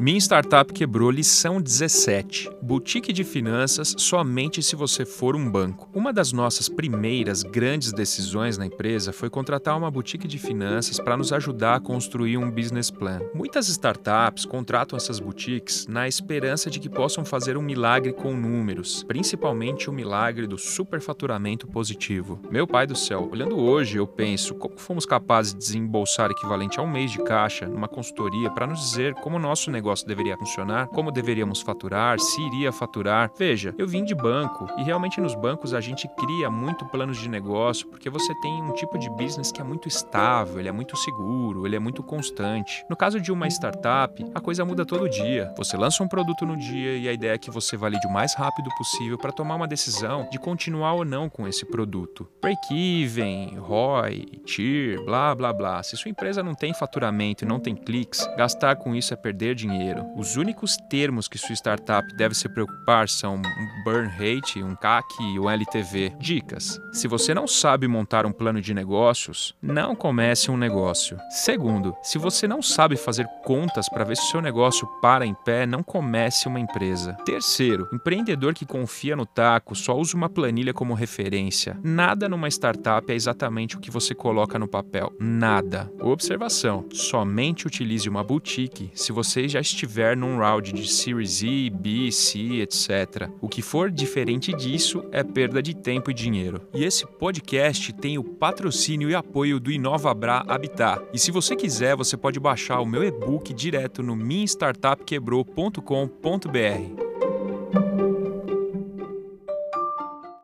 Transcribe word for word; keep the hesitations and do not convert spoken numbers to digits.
Minha Startup Quebrou, lição dezessete. Boutique de finanças somente se você for um banco. Uma das nossas primeiras grandes decisões na empresa foi contratar uma boutique de finanças para nos ajudar a construir um business plan. Muitas startups contratam essas boutiques na esperança de que possam fazer um milagre com números, principalmente o milagre do superfaturamento positivo. Meu pai do céu, olhando hoje eu penso como fomos capazes de desembolsar equivalente a um mês de caixa numa consultoria para nos dizer como o nosso negócio deveria funcionar, como deveríamos faturar, se iria faturar. Veja, eu vim de banco e realmente nos bancos a gente cria muito planos de negócio porque você tem um tipo de business que é muito estável, ele é muito seguro, ele é muito constante. No caso de uma startup, a coisa muda todo dia. Você lança um produto no dia e a ideia é que você valide o mais rápido possível para tomar uma decisão de continuar ou não com esse produto. Break-even, R O I, T I R, blá blá blá. Se sua empresa não tem faturamento e não tem cliques, gastar com isso é perder dinheiro. Os únicos termos que sua startup deve se preocupar são um burn rate, um C A C e um L T V. Dicas: se você não sabe montar um plano de negócios, não comece um negócio. Segundo, se você não sabe fazer contas para ver se o seu negócio para em pé, não comece uma empresa. Terceiro, empreendedor que confia no taco só usa uma planilha como referência. Nada numa startup é exatamente o que você coloca no papel. Nada. Observação: somente utilize uma boutique se você já estiver num round de Series E, B, C, etcétera. O que for diferente disso é perda de tempo e dinheiro. E esse podcast tem o patrocínio e apoio do InovaBrá Habitat. E se você quiser, você pode baixar o meu e-book direto no minha startup quebrou ponto com ponto b r.